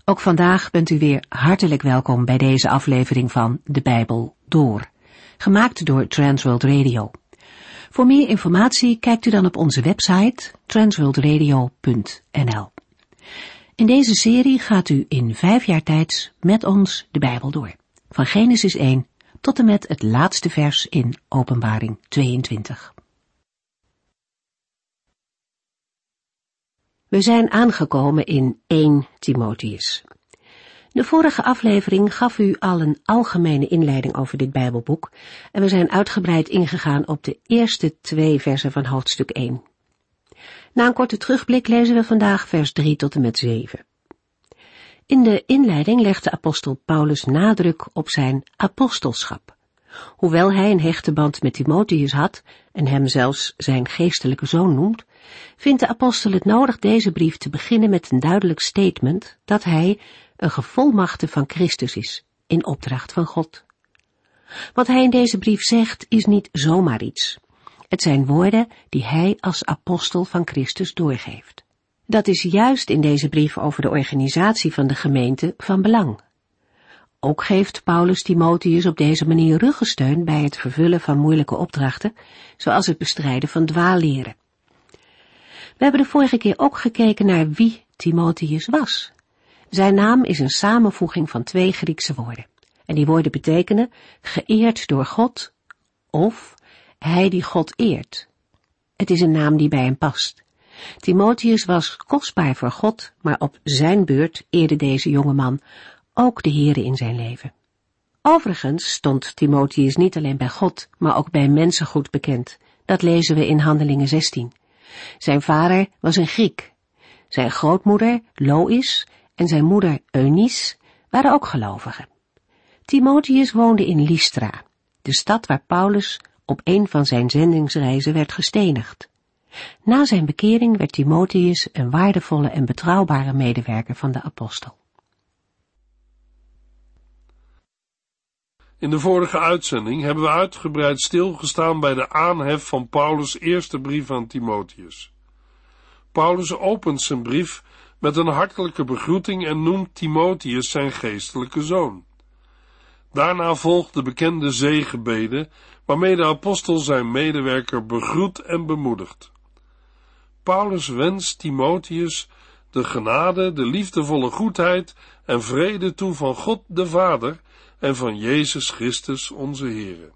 Ook vandaag bent u weer hartelijk welkom bij deze aflevering van De Bijbel Door, gemaakt door Transworld Radio. Voor meer informatie kijkt u dan op onze website transworldradio.nl. In deze serie gaat u in 5 jaar tijd met ons de Bijbel door, van Genesis 1 tot en met het laatste vers in Openbaring 22. We zijn aangekomen in 1 Timotheus. De vorige aflevering gaf u al een algemene inleiding over dit Bijbelboek en we zijn uitgebreid ingegaan op de eerste 2 versen van hoofdstuk 1. Na een korte terugblik lezen we vandaag vers 3 tot en met 7. In de inleiding legt de apostel Paulus nadruk op zijn apostelschap. Hoewel hij een hechte band met Timotheus had en hem zelfs zijn geestelijke zoon noemt, vindt de apostel het nodig deze brief te beginnen met een duidelijk statement dat hij een gevolmachtigde van Christus is, in opdracht van God. Wat hij in deze brief zegt is niet zomaar iets. Het zijn woorden die hij als apostel van Christus doorgeeft. Dat is juist in deze brief over de organisatie van de gemeente van belang. Ook geeft Paulus Timotheus op deze manier ruggensteun bij het vervullen van moeilijke opdrachten, zoals het bestrijden van dwaalleren. We hebben de vorige keer ook gekeken naar wie Timotheus was. Zijn naam is een samenvoeging van 2 Griekse woorden. En die woorden betekenen geëerd door God of hij die God eert. Het is een naam die bij hem past. Timotheus was kostbaar voor God, maar op zijn beurt eerde deze jongeman ook de Heere in zijn leven. Overigens stond Timotheus niet alleen bij God, maar ook bij mensen goed bekend. Dat lezen we in Handelingen 16. Zijn vader was een Griek. Zijn grootmoeder, Lois, en zijn moeder, Eunice, waren ook gelovigen. Timotheus woonde in Lystra, de stad waar Paulus op een van zijn zendingsreizen werd gestenigd. Na zijn bekering werd Timotheus een waardevolle en betrouwbare medewerker van de apostel. In de vorige uitzending hebben we uitgebreid stilgestaan bij de aanhef van Paulus' eerste brief aan Timotheus. Paulus opent zijn brief met een hartelijke begroeting en noemt Timotheus zijn geestelijke zoon. Daarna volgt de bekende zegenbede, waarmee de apostel zijn medewerker begroet en bemoedigt. Paulus wenst Timotheus de genade, de liefdevolle goedheid en vrede toe van God de Vader en van Jezus Christus onze Heere.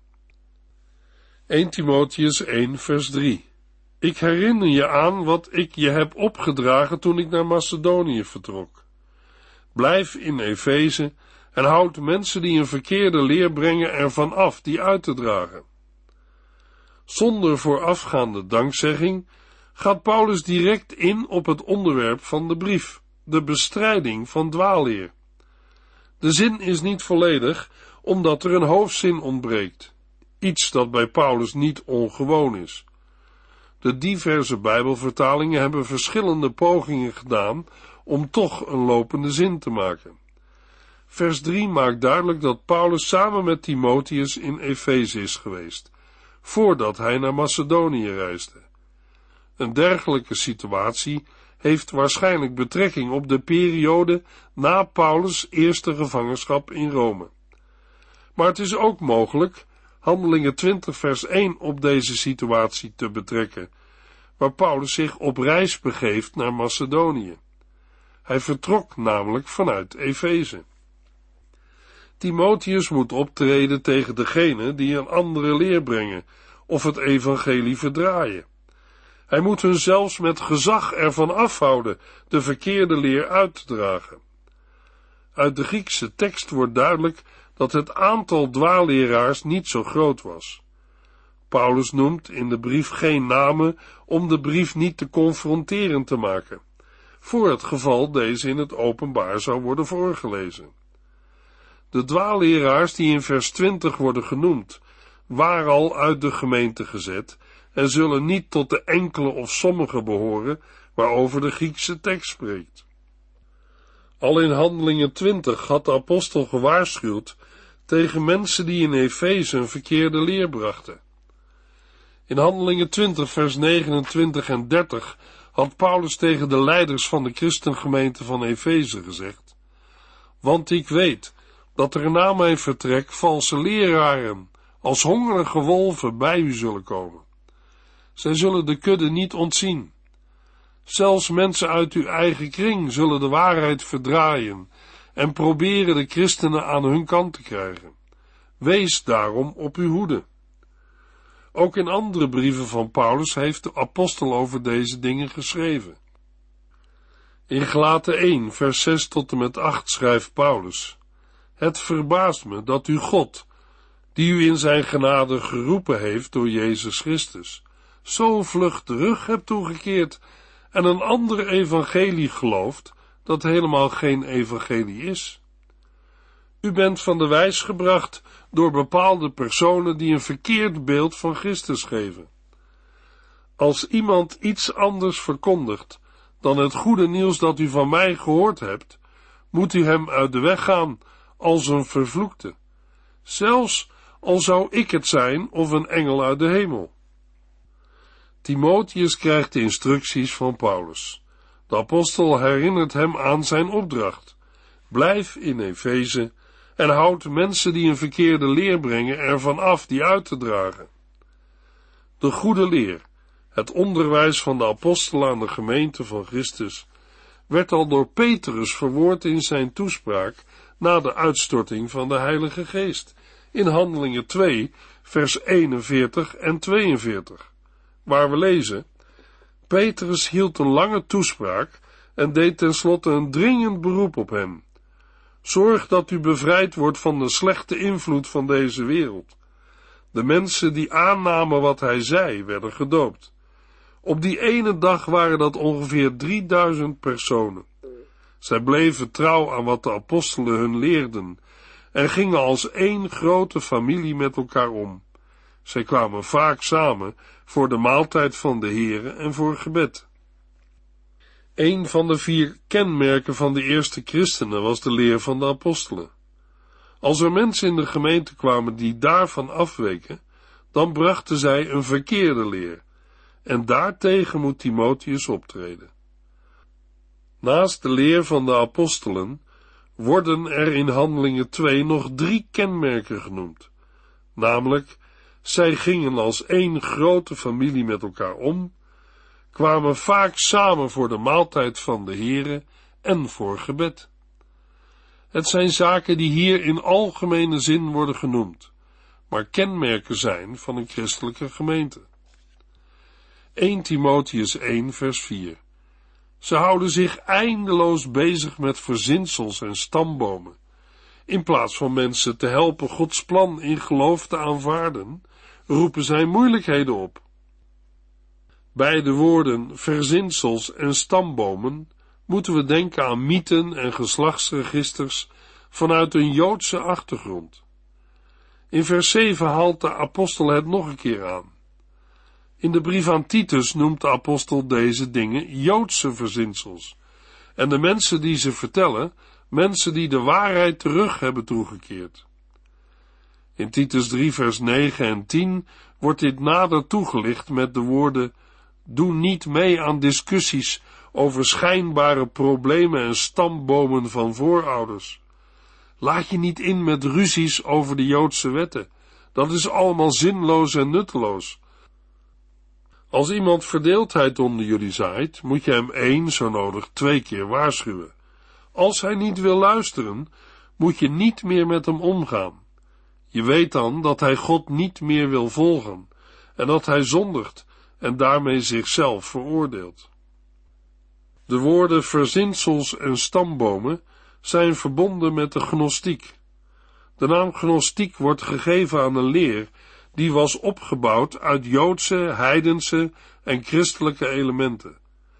1 Timotheus 1 vers 3. Ik herinner je aan wat ik je heb opgedragen toen ik naar Macedonië vertrok. Blijf in Efeze en houd mensen die een verkeerde leer brengen ervan af die uit te dragen. Zonder voorafgaande dankzegging gaat Paulus direct in op het onderwerp van de brief, de bestrijding van dwaalleer. De zin is niet volledig, omdat er een hoofdzin ontbreekt, iets dat bij Paulus niet ongewoon is. De diverse Bijbelvertalingen hebben verschillende pogingen gedaan om toch een lopende zin te maken. Vers 3 maakt duidelijk dat Paulus samen met Timotheus in Efeze is geweest, voordat hij naar Macedonië reisde. Een dergelijke situatie heeft waarschijnlijk betrekking op de periode na Paulus' eerste gevangenschap in Rome. Maar het is ook mogelijk Handelingen 20 vers 1 op deze situatie te betrekken, waar Paulus zich op reis begeeft naar Macedonië. Hij vertrok namelijk vanuit Efeze. Timotheus moet optreden tegen degenen die een andere leer brengen of het evangelie verdraaien. Hij moet hun zelfs met gezag ervan afhouden de verkeerde leer uit te dragen. Uit de Griekse tekst wordt duidelijk dat het aantal dwaalleraars niet zo groot was. Paulus noemt in de brief geen namen om de brief niet te confronterend te maken, voor het geval deze in het openbaar zou worden voorgelezen. De dwaalleraars die in vers 20 worden genoemd, waren al uit de gemeente gezet en zullen niet tot de enkele of sommige behoren waarover de Griekse tekst spreekt. Al in Handelingen 20 had de apostel gewaarschuwd tegen mensen die in Efeze een verkeerde leer brachten. In Handelingen 20 vers 29 en 30 had Paulus tegen de leiders van de christengemeente van Efeze gezegd: Want ik weet dat er na mijn vertrek valse leraren als hongerige wolven bij u zullen komen. Zij zullen de kudde niet ontzien. Zelfs mensen uit uw eigen kring zullen de waarheid verdraaien en proberen de christenen aan hun kant te krijgen. Wees daarom op uw hoede. Ook in andere brieven van Paulus heeft de apostel over deze dingen geschreven. In Galaten 1, vers 6 tot en met 8 schrijft Paulus: Het verbaast me dat u God, die u in zijn genade geroepen heeft door Jezus Christus, zo vlug de rug hebt toegekeerd en een ander evangelie gelooft, dat helemaal geen evangelie is. U bent van de wijs gebracht door bepaalde personen die een verkeerd beeld van Christus geven. Als iemand iets anders verkondigt dan het goede nieuws dat u van mij gehoord hebt, moet u hem uit de weg gaan als een vervloekte, zelfs al zou ik het zijn of een engel uit de hemel. Timotheus krijgt de instructies van Paulus. De apostel herinnert hem aan zijn opdracht. Blijf in Efeze en houd mensen die een verkeerde leer brengen ervan af die uit te dragen. De goede leer, het onderwijs van de apostel aan de gemeente van Christus, werd al door Petrus verwoord in zijn toespraak na de uitstorting van de Heilige Geest, in Handelingen 2, vers 41 en 42, waar we lezen: Petrus hield een lange toespraak en deed tenslotte een dringend beroep op hem. Zorg dat u bevrijd wordt van de slechte invloed van deze wereld. De mensen die aannamen wat hij zei, werden gedoopt. Op die ene dag waren dat ongeveer 3000 personen. Zij bleven trouw aan wat de apostelen hun leerden en gingen als één grote familie met elkaar om. Zij kwamen vaak samen voor de maaltijd van de Here en voor gebed. Een van de 4 kenmerken van de eerste christenen was de leer van de apostelen. Als er mensen in de gemeente kwamen die daarvan afweken, dan brachten zij een verkeerde leer, en daartegen moet Timotheus optreden. Naast de leer van de apostelen worden er in Handelingen 2 nog 3 kenmerken genoemd, namelijk: zij gingen als één grote familie met elkaar om, kwamen vaak samen voor de maaltijd van de Here en voor gebed. Het zijn zaken die hier in algemene zin worden genoemd, maar kenmerken zijn van een christelijke gemeente. 1 Timotheus 1 vers 4. Ze houden zich eindeloos bezig met verzinsels en stambomen. In plaats van mensen te helpen Gods plan in geloof te aanvaarden, roepen zij moeilijkheden op. Bij de woorden verzinsels en stambomen moeten we denken aan mythen en geslachtsregisters vanuit een Joodse achtergrond. In vers 7 haalt de apostel het nog een keer aan. In de brief aan Titus noemt de apostel deze dingen Joodse verzinsels, en de mensen die ze vertellen, mensen die de waarheid terug hebben toegekeerd. In Titus 3 vers 9 en 10 wordt dit nader toegelicht met de woorden: doe niet mee aan discussies over schijnbare problemen en stambomen van voorouders. Laat je niet in met ruzies over de Joodse wetten. Dat is allemaal zinloos en nutteloos. Als iemand verdeeldheid onder jullie zaait, moet je hem 1, zo nodig 2 keer waarschuwen. Als hij niet wil luisteren, moet je niet meer met hem omgaan. Je weet dan dat hij God niet meer wil volgen en dat hij zondigt en daarmee zichzelf veroordeelt. De woorden verzinsels en stambomen zijn verbonden met de gnostiek. De naam gnostiek wordt gegeven aan een leer die was opgebouwd uit Joodse, heidense en christelijke elementen.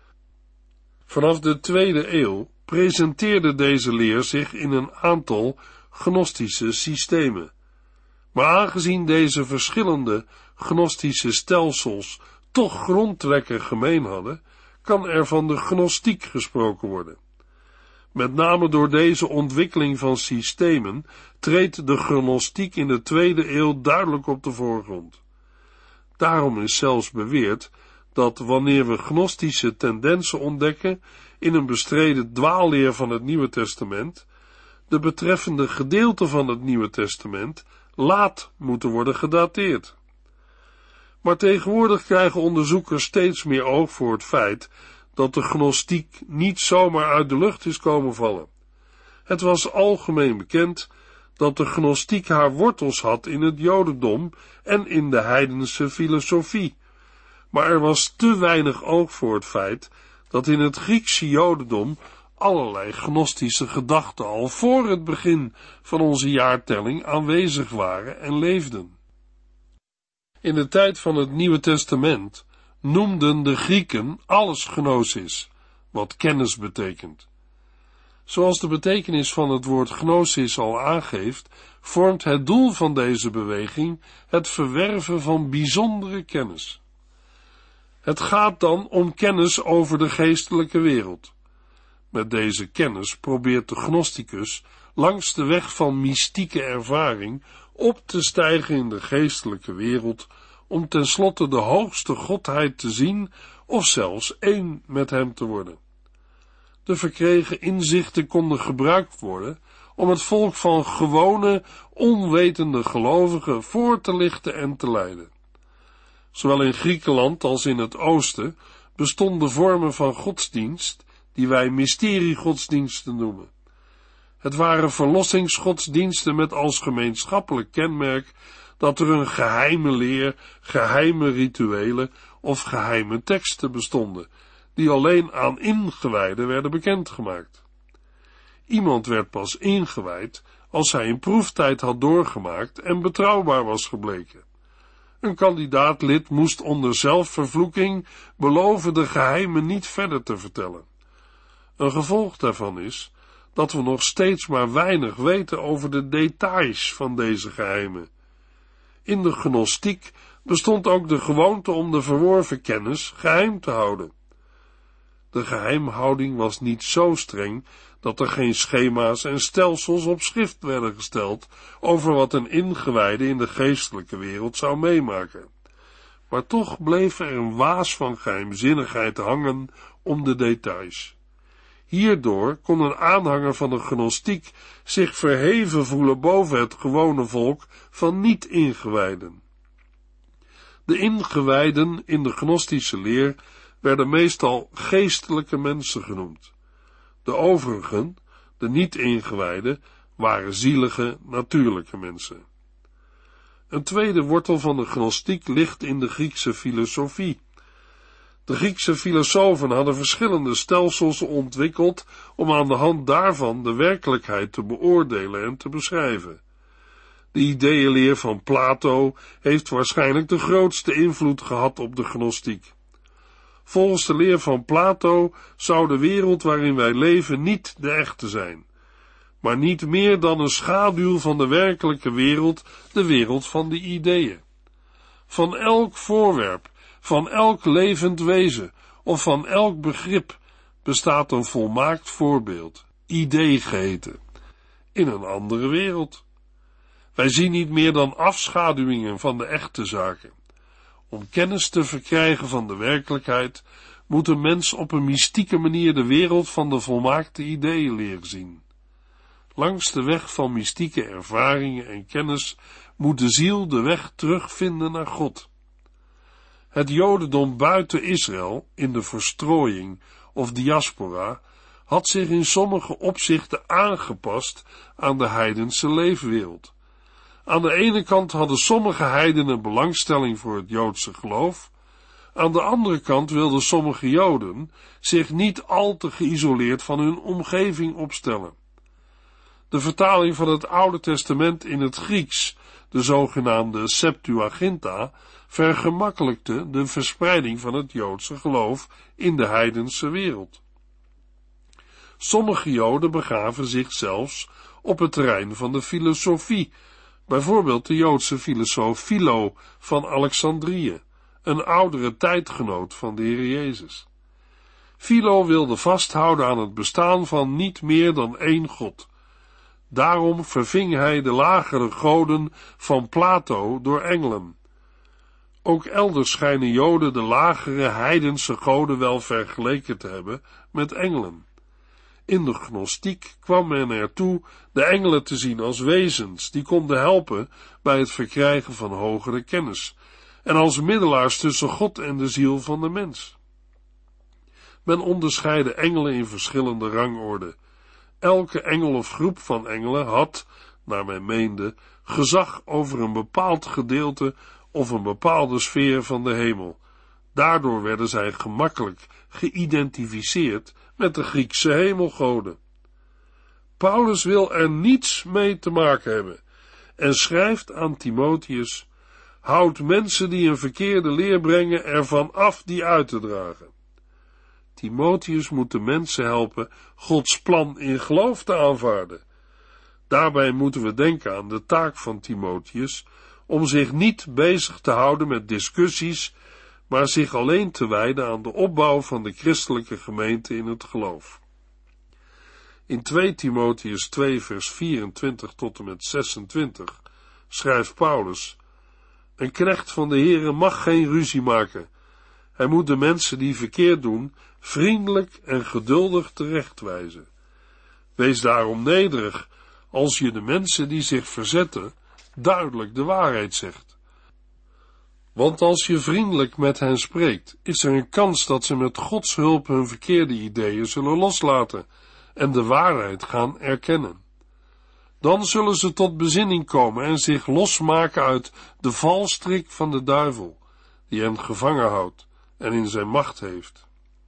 Vanaf de 2e eeuw presenteerde deze leer zich in een aantal gnostische systemen. Maar aangezien deze verschillende gnostische stelsels toch grondtrekken gemeen hadden, kan er van de gnostiek gesproken worden. Met name door deze ontwikkeling van systemen treedt de gnostiek in de 2e eeuw duidelijk op de voorgrond. Daarom is zelfs beweerd dat wanneer we gnostische tendensen ontdekken in een bestreden dwaalleer van het Nieuwe Testament, de betreffende gedeelten van het Nieuwe Testament laat moeten worden gedateerd. Maar tegenwoordig krijgen onderzoekers steeds meer oog voor het feit dat de gnostiek niet zomaar uit de lucht is komen vallen. Het was algemeen bekend dat de gnostiek haar wortels had in het jodendom en in de heidense filosofie, maar er was te weinig oog voor het feit dat in het Griekse jodendom allerlei gnostische gedachten al voor het begin van onze jaartelling aanwezig waren en leefden. In de tijd van het Nieuwe Testament noemden de Grieken alles gnosis, wat kennis betekent. Zoals de betekenis van het woord gnosis al aangeeft, vormt het doel van deze beweging het verwerven van bijzondere kennis. Het gaat dan om kennis over de geestelijke wereld. Met deze kennis probeert de gnosticus langs de weg van mystieke ervaring op te stijgen in de geestelijke wereld, om tenslotte de hoogste godheid te zien of zelfs één met hem te worden. De verkregen inzichten konden gebruikt worden om het volk van gewone, onwetende gelovigen voor te lichten en te leiden. Zowel in Griekenland als in het oosten bestonden vormen van godsdienst die wij mysteriegodsdiensten noemen. Het waren verlossingsgodsdiensten met als gemeenschappelijk kenmerk dat er een geheime leer, geheime rituelen of geheime teksten bestonden, die alleen aan ingewijden werden bekendgemaakt. Iemand werd pas ingewijd als hij een proeftijd had doorgemaakt en betrouwbaar was gebleken. Een kandidaatlid moest onder zelfvervloeking beloven de geheimen niet verder te vertellen. Een gevolg daarvan is dat we nog steeds maar weinig weten over de details van deze geheimen. In de gnostiek bestond ook de gewoonte om de verworven kennis geheim te houden. De geheimhouding was niet zo streng dat er geen schema's en stelsels op schrift werden gesteld over wat een ingewijde in de geestelijke wereld zou meemaken. Maar toch bleef er een waas van geheimzinnigheid hangen om de details. Hierdoor kon een aanhanger van de gnostiek zich verheven voelen boven het gewone volk van niet-ingewijden. De ingewijden in de gnostische leer werden meestal geestelijke mensen genoemd. De overigen, de niet-ingewijden, waren zielige, natuurlijke mensen. Een tweede wortel van de gnostiek ligt in de Griekse filosofie. De Griekse filosofen hadden verschillende stelsels ontwikkeld om aan de hand daarvan de werkelijkheid te beoordelen en te beschrijven. De ideeënleer van Plato heeft waarschijnlijk de grootste invloed gehad op de gnostiek. Volgens de leer van Plato zou de wereld waarin wij leven niet de echte zijn, maar niet meer dan een schaduw van de werkelijke wereld, de wereld van de ideeën. Van elk voorwerp, van elk levend wezen of van elk begrip bestaat een volmaakt voorbeeld, idee geheten, in een andere wereld. Wij zien niet meer dan afschaduwingen van de echte zaken. Om kennis te verkrijgen van de werkelijkheid moet een mens op een mystieke manier de wereld van de volmaakte ideeën leren zien. Langs de weg van mystieke ervaringen en kennis moet de ziel de weg terugvinden naar God. Het jodendom buiten Israël, in de verstrooiing of diaspora, had zich in sommige opzichten aangepast aan de heidense leefwereld. Aan de ene kant hadden sommige heidenen belangstelling voor het Joodse geloof, aan de andere kant wilden sommige Joden zich niet al te geïsoleerd van hun omgeving opstellen. De vertaling van het Oude Testament in het Grieks, de zogenaamde Septuaginta, vergemakkelijkte de verspreiding van het Joodse geloof in de heidense wereld. Sommige Joden begaven zich zelfs op het terrein van de filosofie, bijvoorbeeld de Joodse filosoof Philo van Alexandrië, een oudere tijdgenoot van de Heer Jezus. Philo wilde vasthouden aan het bestaan van niet meer dan één God. Daarom verving hij de lagere goden van Plato door engelen. Ook elders schijnen Joden de lagere heidense goden wel vergeleken te hebben met engelen. In de gnostiek kwam men ertoe de engelen te zien als wezens die konden helpen bij het verkrijgen van hogere kennis en als middelaars tussen God en de ziel van de mens. Men onderscheidde engelen in verschillende rangorden. Elke engel of groep van engelen had, naar men meende, gezag over een bepaald gedeelte of een bepaalde sfeer van de hemel. Daardoor werden zij gemakkelijk geïdentificeerd met de Griekse hemelgoden. Paulus wil er niets mee te maken hebben en schrijft aan Timotheus: houd mensen die een verkeerde leer brengen ervan af die uit te dragen. Timotheus moet de mensen helpen Gods plan in geloof te aanvaarden. Daarbij moeten we denken aan de taak van Timotheus om zich niet bezig te houden met discussies, maar zich alleen te wijden aan de opbouw van de christelijke gemeente in het geloof. In 2 Timotheus 2 vers 24 tot en met 26 schrijft Paulus: een knecht van de Here mag geen ruzie maken. Hij moet de mensen die verkeerd doen vriendelijk en geduldig terechtwijzen. Wees daarom nederig als je de mensen die zich verzetten duidelijk de waarheid zegt. Want als je vriendelijk met hen spreekt, is er een kans dat ze met Gods hulp hun verkeerde ideeën zullen loslaten en de waarheid gaan erkennen. Dan zullen ze tot bezinning komen en zich losmaken uit de valstrik van de duivel, die hen gevangen houdt en in zijn macht heeft.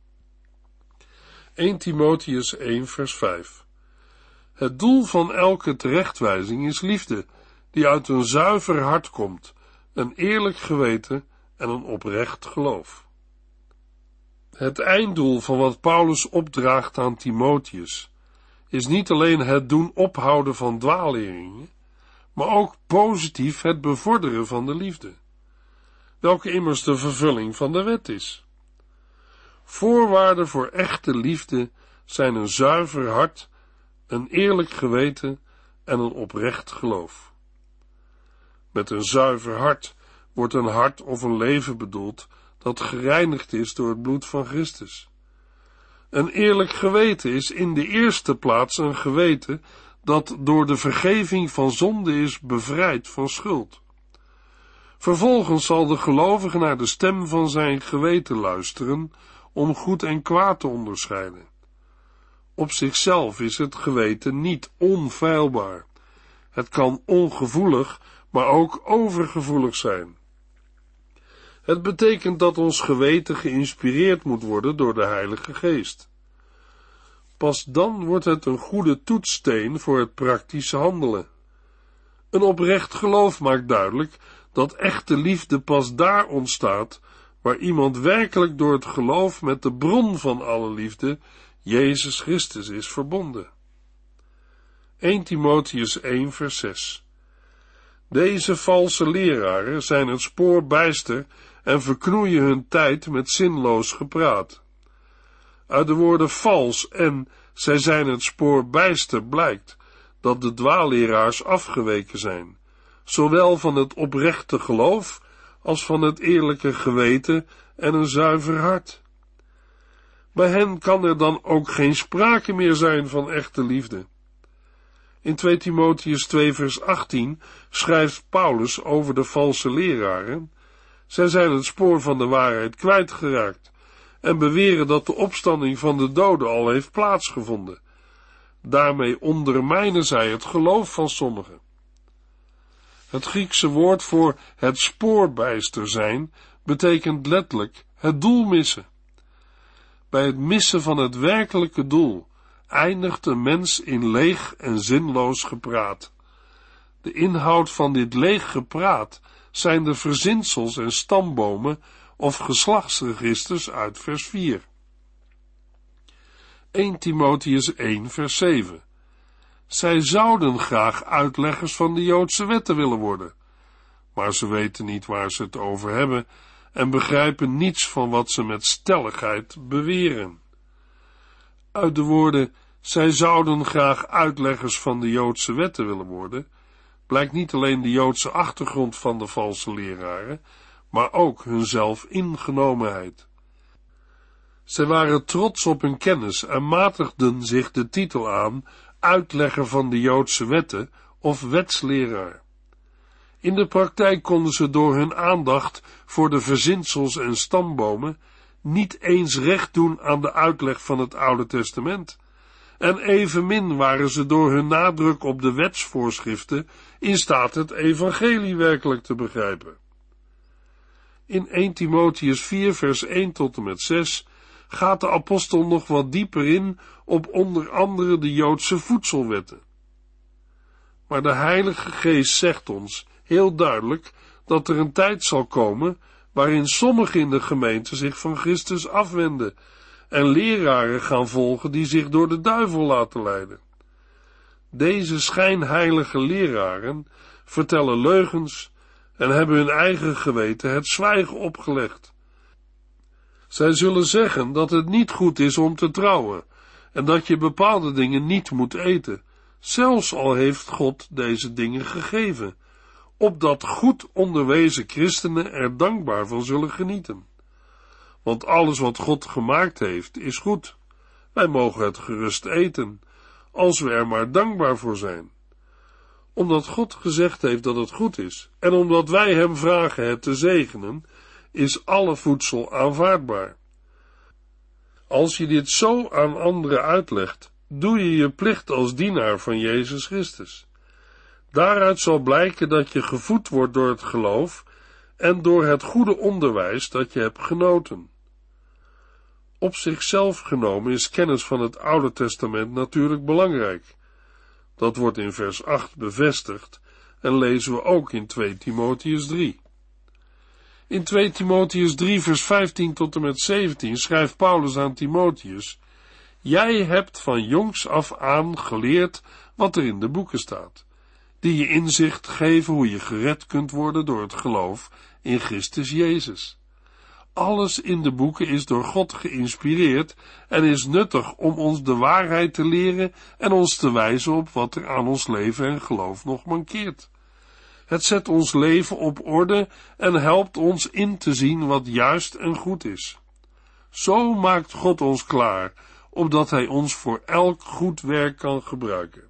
1 Timotheus 1 vers 5. Het doel van elke terechtwijzing is liefde, die uit een zuiver hart komt, een eerlijk geweten en een oprecht geloof. Het einddoel van wat Paulus opdraagt aan Timotheus is niet alleen het doen ophouden van dwaalleringen, maar ook positief het bevorderen van de liefde, welke immers de vervulling van de wet is. Voorwaarden voor echte liefde zijn een zuiver hart, een eerlijk geweten en een oprecht geloof. Met een zuiver hart wordt een hart of een leven bedoeld dat gereinigd is door het bloed van Christus. Een eerlijk geweten is in de eerste plaats een geweten dat door de vergeving van zonde is bevrijd van schuld. Vervolgens zal de gelovige naar de stem van zijn geweten luisteren om goed en kwaad te onderscheiden. Op zichzelf is het geweten niet onfeilbaar. Het kan ongevoelig, maar ook overgevoelig zijn. Het betekent dat ons geweten geïnspireerd moet worden door de Heilige Geest. Pas dan wordt het een goede toetssteen voor het praktische handelen. Een oprecht geloof maakt duidelijk dat echte liefde pas daar ontstaat waar iemand werkelijk door het geloof met de bron van alle liefde, Jezus Christus, is verbonden. 1 Timotheus 1 vers 6. Deze valse leraren zijn het spoor bijster en verknoeien hun tijd met zinloos gepraat. Uit de woorden vals en zij zijn het spoor bijster blijkt dat de dwaalleraars afgeweken zijn, zowel van het oprechte geloof als van het eerlijke geweten en een zuiver hart. Bij hen kan er dan ook geen sprake meer zijn van echte liefde. In 2 Timotheus 2 vers 18 schrijft Paulus over de valse leraren: zij zijn het spoor van de waarheid kwijtgeraakt en beweren dat de opstanding van de doden al heeft plaatsgevonden. Daarmee ondermijnen zij het geloof van sommigen. Het Griekse woord voor het spoorbijster zijn betekent letterlijk het doel missen. Bij het missen van het werkelijke doel eindigt een mens in leeg en zinloos gepraat. De inhoud van dit leeg gepraat zijn de verzinsels en stambomen of geslachtsregisters uit vers 4. 1 Timotheus 1 vers 7. Zij zouden graag uitleggers van de Joodse wetten willen worden, maar ze weten niet waar ze het over hebben en begrijpen niets van wat ze met stelligheid beweren. Uit de woorden, zij zouden graag uitleggers van de Joodse wetten willen worden, blijkt niet alleen de Joodse achtergrond van de valse leraren, maar ook hun zelfingenomenheid. Zij waren trots op hun kennis en matigden zich de titel aan uitlegger van de Joodse wetten of wetsleraar. In de praktijk konden ze door hun aandacht voor de verzinsels en stambomen niet eens recht doen aan de uitleg van het Oude Testament, en evenmin waren ze door hun nadruk op de wetsvoorschriften in staat het evangelie werkelijk te begrijpen. In 1 Timotheüs 4 vers 1 tot en met 6 gaat de apostel nog wat dieper in op onder andere de Joodse voedselwetten. Maar de Heilige Geest zegt ons heel duidelijk dat er een tijd zal komen waarin sommigen in de gemeente zich van Christus afwenden en leraren gaan volgen die zich door de duivel laten leiden. Deze schijnheilige leraren vertellen leugens en hebben hun eigen geweten het zwijgen opgelegd. Zij zullen zeggen dat het niet goed is om te trouwen en dat je bepaalde dingen niet moet eten, zelfs al heeft God deze dingen gegeven, opdat goed onderwezen christenen er dankbaar van zullen genieten. Want alles wat God gemaakt heeft, is goed. Wij mogen het gerust eten, als we er maar dankbaar voor zijn. Omdat God gezegd heeft dat het goed is, en omdat wij hem vragen het te zegenen, is alle voedsel aanvaardbaar. Als je dit zo aan anderen uitlegt, doe je je plicht als dienaar van Jezus Christus. Daaruit zal blijken dat je gevoed wordt door het geloof en door het goede onderwijs dat je hebt genoten. Op zichzelf genomen is kennis van het Oude Testament natuurlijk belangrijk. Dat wordt in vers 8 bevestigd en lezen we ook in 2 Timotheüs 3. In 2 Timotheüs 3 vers 15 tot en met 17 schrijft Paulus aan Timotheus: Jij hebt van jongs af aan geleerd wat er in de boeken staat, die je inzicht geven hoe je gered kunt worden door het geloof in Christus Jezus. Alles in de boeken is door God geïnspireerd en is nuttig om ons de waarheid te leren en ons te wijzen op wat er aan ons leven en geloof nog mankeert. Het zet ons leven op orde en helpt ons in te zien wat juist en goed is. Zo maakt God ons klaar, opdat Hij ons voor elk goed werk kan gebruiken.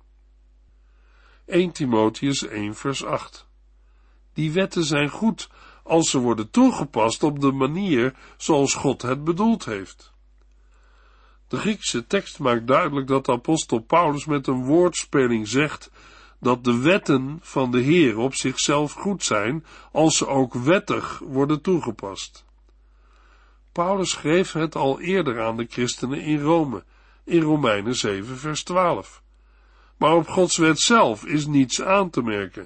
1 Timotheüs 1 vers 8. Die wetten zijn goed als ze worden toegepast op de manier zoals God het bedoeld heeft. De Griekse tekst maakt duidelijk dat de apostel Paulus met een woordspeling zegt dat de wetten van de Heer op zichzelf goed zijn als ze ook wettig worden toegepast. Paulus schreef het al eerder aan de christenen in Rome, in Romeinen 7 vers 12. Maar op Gods wet zelf is niets aan te merken.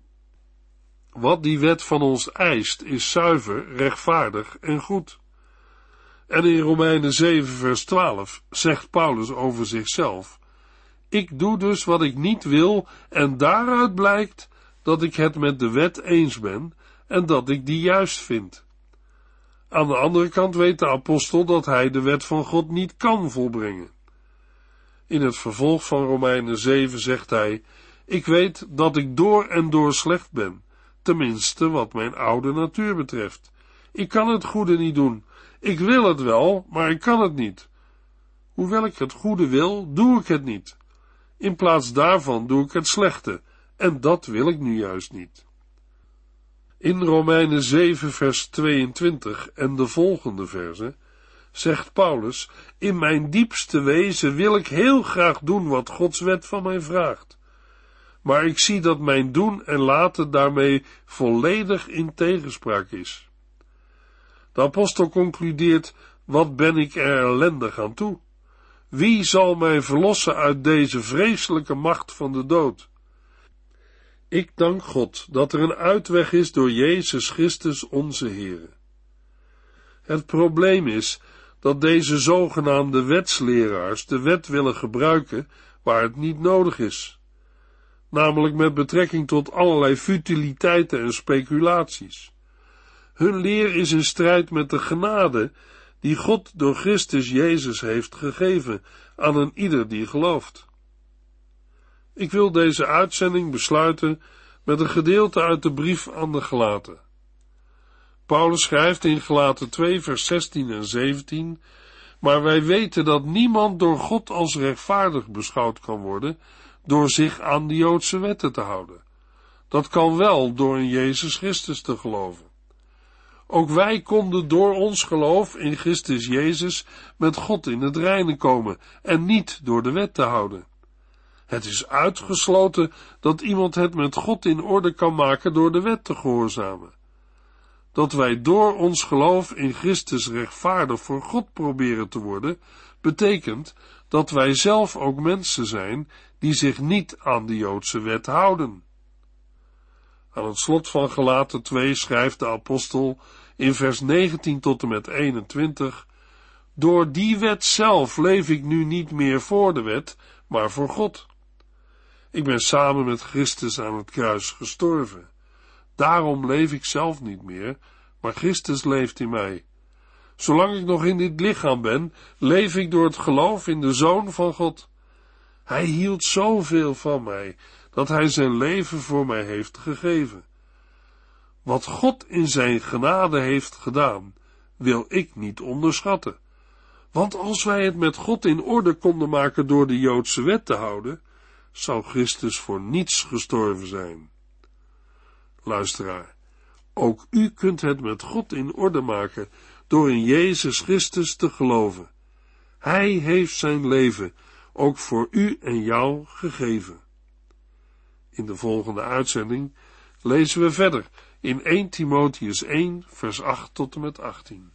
Wat die wet van ons eist, is zuiver, rechtvaardig en goed. En in Romeinen 7 vers 12 zegt Paulus over zichzelf: Ik doe dus wat ik niet wil, en daaruit blijkt dat ik het met de wet eens ben en dat ik die juist vind. Aan de andere kant weet de apostel dat hij de wet van God niet kan volbrengen. In het vervolg van Romeinen 7 zegt hij: Ik weet dat ik door en door slecht ben, tenminste wat mijn oude natuur betreft. Ik kan het goede niet doen. Ik wil het wel, maar ik kan het niet. Hoewel ik het goede wil, doe ik het niet. In plaats daarvan doe ik het slechte, en dat wil ik nu juist niet. In Romeinen 7 vers 22 en de volgende verzen zegt Paulus: In mijn diepste wezen wil ik heel graag doen wat Gods wet van mij vraagt. Maar ik zie dat mijn doen en laten daarmee volledig in tegenspraak is. De apostel concludeert: Wat ben ik er ellendig aan toe? Wie zal mij verlossen uit deze vreselijke macht van de dood? Ik dank God dat er een uitweg is door Jezus Christus onze Heere. Het probleem is dat deze zogenaamde wetsleraars de wet willen gebruiken waar het niet nodig is, namelijk met betrekking tot allerlei futiliteiten en speculaties. Hun leer is in strijd met de genade die God door Christus Jezus heeft gegeven aan een ieder die gelooft. Ik wil deze uitzending besluiten met een gedeelte uit de brief aan de Galaten. Paulus schrijft in Galaten 2 vers 16 en 17: Maar wij weten dat niemand door God als rechtvaardig beschouwd kan worden door zich aan de Joodse wetten te houden. Dat kan wel door in Jezus Christus te geloven. Ook wij konden door ons geloof in Christus Jezus met God in het reine komen en niet door de wet te houden. Het is uitgesloten dat iemand het met God in orde kan maken door de wet te gehoorzamen. Dat wij door ons geloof in Christus rechtvaardig voor God proberen te worden, betekent dat wij zelf ook mensen zijn die zich niet aan de Joodse wet houden. Aan het slot van Galaten 2 schrijft de apostel in vers 19 tot en met 21, door die wet zelf leef ik nu niet meer voor de wet, maar voor God. Ik ben samen met Christus aan het kruis gestorven. Daarom leef ik zelf niet meer, maar Christus leeft in mij. Zolang ik nog in dit lichaam ben, leef ik door het geloof in de Zoon van God. Hij hield zoveel van mij, dat hij zijn leven voor mij heeft gegeven. Wat God in zijn genade heeft gedaan, wil ik niet onderschatten. Want als wij het met God in orde konden maken door de Joodse wet te houden, zou Christus voor niets gestorven zijn. Luisteraar, ook u kunt het met God in orde maken door in Jezus Christus te geloven. Hij heeft zijn leven ook voor u en jou gegeven. In de volgende uitzending lezen we verder in 1 Timotheüs 1 vers 8 tot en met 18.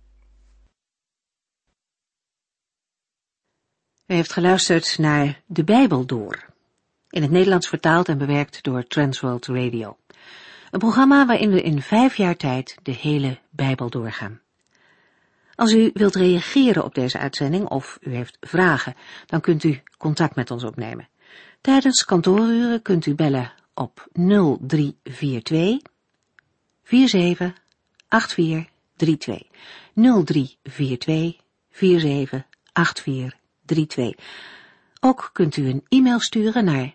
U heeft geluisterd naar De Bijbel Door, in het Nederlands vertaald en bewerkt door Transworld Radio. Een programma waarin we in 5 jaar tijd de hele Bijbel doorgaan. Als u wilt reageren op deze uitzending of u heeft vragen, dan kunt u contact met ons opnemen. Tijdens kantooruren kunt u bellen op 0342 478432. 0342 478432. Ook kunt u een e-mail sturen naar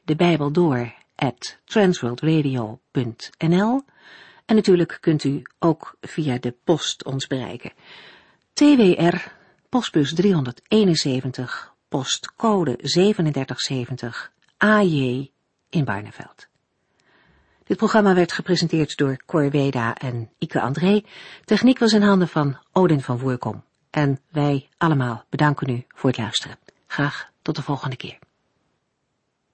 debijbeldoor@transworldradio.nl en natuurlijk kunt u ook via de post ons bereiken. TWR, postbus 371, postcode 3770, AJ in Barneveld. Dit programma werd gepresenteerd door Cor Weda en Ike André. Techniek was in handen van Odin van Voerkom. En wij allemaal bedanken u voor het luisteren. Graag tot de volgende keer.